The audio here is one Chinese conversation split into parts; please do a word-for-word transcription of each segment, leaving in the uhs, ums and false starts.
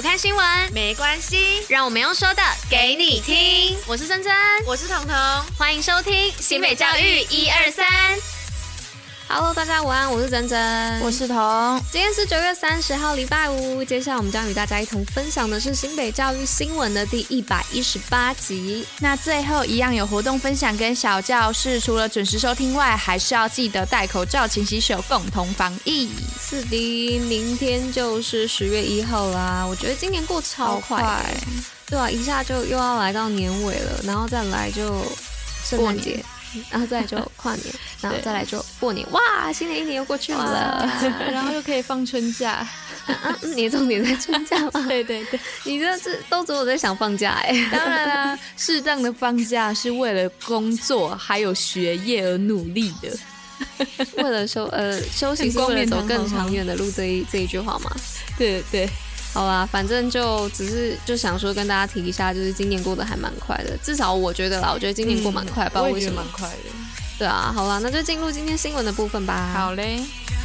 不看新闻没关系， 让我们用说的给你听。我是珍珍， 我是彤彤， 欢迎收听新北教育一二三。Hello， 大家午安，我是珍珍， 我是彤。 今天是九月三十号，礼拜五。接下来我们将与大家一同分享的是新北教育新闻的第一百一十八集。 那最后一样有活动分享跟小教室，除了准时收听外，还是要记得戴口罩、勤洗手，共同防疫。 是的，明天就是十月一号啦。我觉得今年过超快，超快对啊，一下就又要来到年尾了，然后再来就圣诞节。然后再来就跨年，然后再来就过年，哇，新的一年又过去了， 然后又可以放春假。 啊、你的重点在春假吗？ 对对对， 你这是都只有在想放假哎。 当然啦，适当的放假是为了工作还有学业而努力的。 为了休呃休息是为了走更长远的路，这一这一句话吗？ 对对。 好啦，反正就只是就想说跟大家提一下，就是今年过得还蛮快的，至少我觉得啦，我觉得今年过蛮快，嗯、不知道为什么。 蛮快的。 对啊，好啦，那就进入今天新闻的部分吧。 好嘞。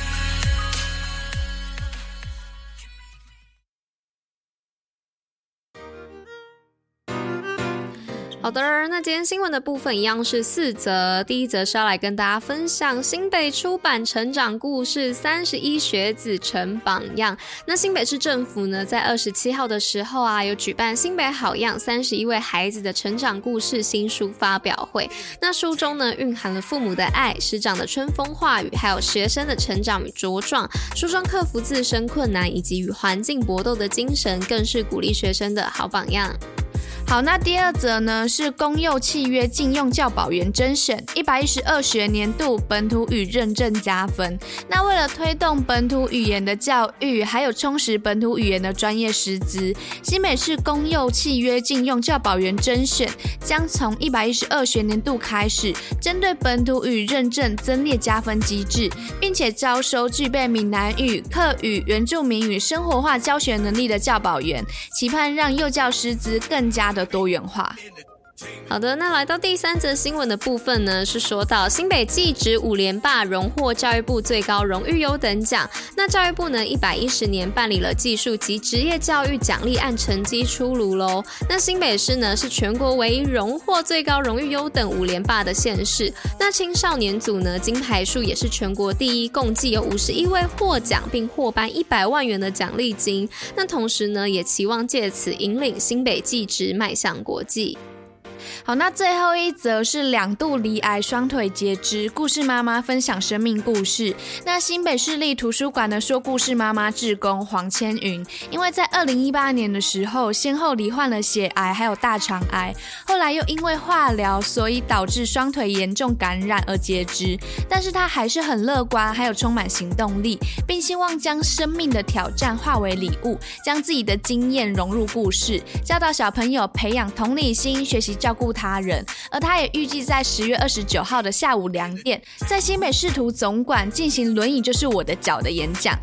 好的，那今天新闻的部分一样是四则。第一则是要来跟大家分享新北出版成长故事，三十一学子成榜样。那新北市政府呢，在二十七号的时候啊，有举办新北好样三十一位孩子的成长故事新书发表会。那书中呢，蕴含了父母的爱、师长的春风化雨，还有学生的成长与茁壮。书中克服自身困难以及与环境搏斗的精神，更是鼓励学生的好榜样。 好，那第二则呢是公幼契约禁用教保员甄选，一百一十二学年度本土语认证加分。那为了推动本土语言的教育，还有充实本土语言的专业师资，新北市公幼契约禁用教保员甄选将从一百一十二学年度开始，针对本土语认证增列加分机制，并且招收具备闽南语、客语、原住民语生活化教学能力的教保员，期盼让幼教师资更加的多元化。 好的，那来到第三则新闻的部分呢，是说到新北技职五连霸荣获教育部最高荣誉优等奖。那教育部呢，一百一十年办理了技术及职业教育奖励按成绩出炉喽。那新北市呢，是全国唯一荣获最高荣誉优等五连霸的县市。那青少年组呢，金牌数也是全国第一，共计有五十一位获奖，并获颁一百万元的奖励金。那同时呢，也期望借此引领新北技职迈向国际。 好，那最后一则是两度罹癌双腿截肢，故事妈妈分享生命故事。那新北市立图书馆的说故事妈妈志工黄千云，因为在二零一八年的时候先后罹患了血癌还有大肠癌，后来又因为化疗，所以导致双腿严重感染而截肢，但是她还是很乐观，还有充满行动力，并希望将生命的挑战化为礼物，将自己的经验融入故事，教导小朋友培养同理心，学习照顾他人。而他也预计在十月二十九号的下午两点，在新北市图总馆进行轮椅就是我的脚的演讲。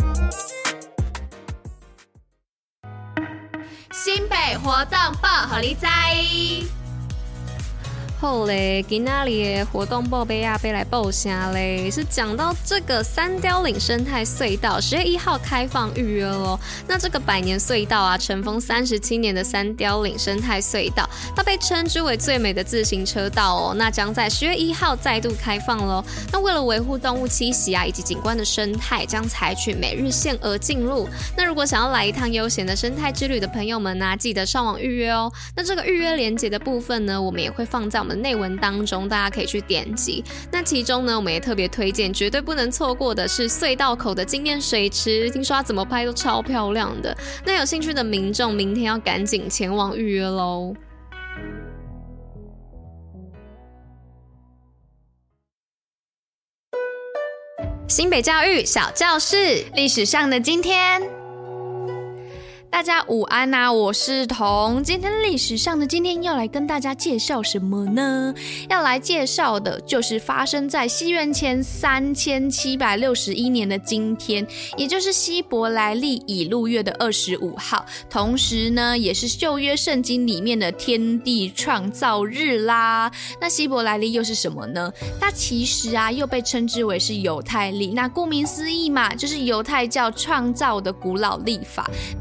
新北活动报给你知。后嘞，今仔日的活动报备啊，要来报啥嘞？是讲到这个三貂岭生态隧道，十月一号开放预约咯。那这个百年隧道啊，尘封三十七年的三貂岭生态隧道，它被称之为最美的自行车道哦。那将在十月一号再度开放咯。那为了维护动物栖息啊以及景观的生态，将采取每日限额进入。那如果想要来一趟悠闲的生态之旅的朋友们呢、啊，记得上网预约哦。那这个预约连结的部分呢，我们也会放在我们内文当中，大家可以去点击。那其中呢，我们也特别推荐绝对不能错过的是隧道口的经验水池，听说它怎么拍都超漂亮的。那有兴趣的民众明天要赶紧前往预约咯。新北教育小教室， 历史上的今天。大家午安啊，我是彤。今天历史上的今天要来跟大家介绍什么呢？要来介绍的就是发生在西元前三千七百六十一年的今天，也就是希伯来历以路月的二十五号，同时呢也是旧约圣经里面的天地创造日啦。那希伯来历又是什么呢？它其实啊又被称之为是犹太历，那顾名思义嘛，就是犹太教创造的古老历法，那也是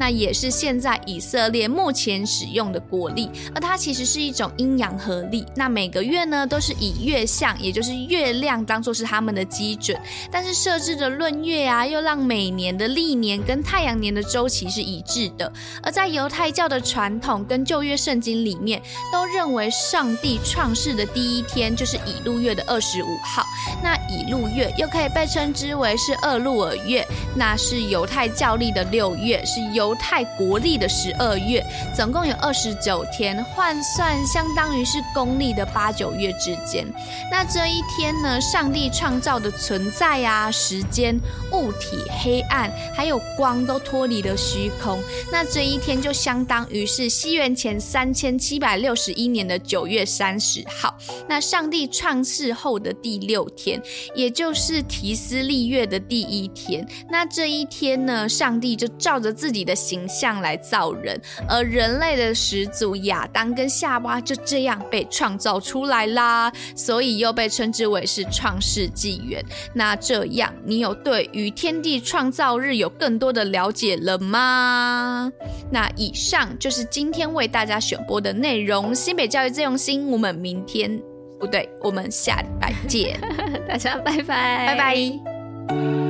是现在以色列目前使用的国历，而它其实是一种阴阳合历。那每个月呢都是以月相，也就是月亮当作是他们的基准，但是设置的闰月啊，又让每年的历年跟太阳年的周期是一致的。而在犹太教的传统跟旧约圣经里面，都认为上帝创世的第一天就是以路月的二十五号。那以路月又可以被称之为是厄路尔月，那是犹太教历的六月，是犹太国历的十二月，总共有二十九天，换算相当于是公历的八九月之间。那这一天呢，上帝创造的存在啊、时间、物体、黑暗还有光都脱离了虚空。那这一天就相当于是西元前三千七百六十一年的九月三十号。那上帝创世后的第六天，也就是提斯历月的第一天。那这一天呢，上帝就照着自己的形象来造人，而人类的始祖亚当跟夏娃就这样被创造出来啦，所以又被称之为是创世纪元。那这样你有对于天地创造日有更多的了解了吗？那以上就是今天为大家选播的内容，新北教育最用心，我们明天不对，我们下礼拜见大家拜拜， 拜拜。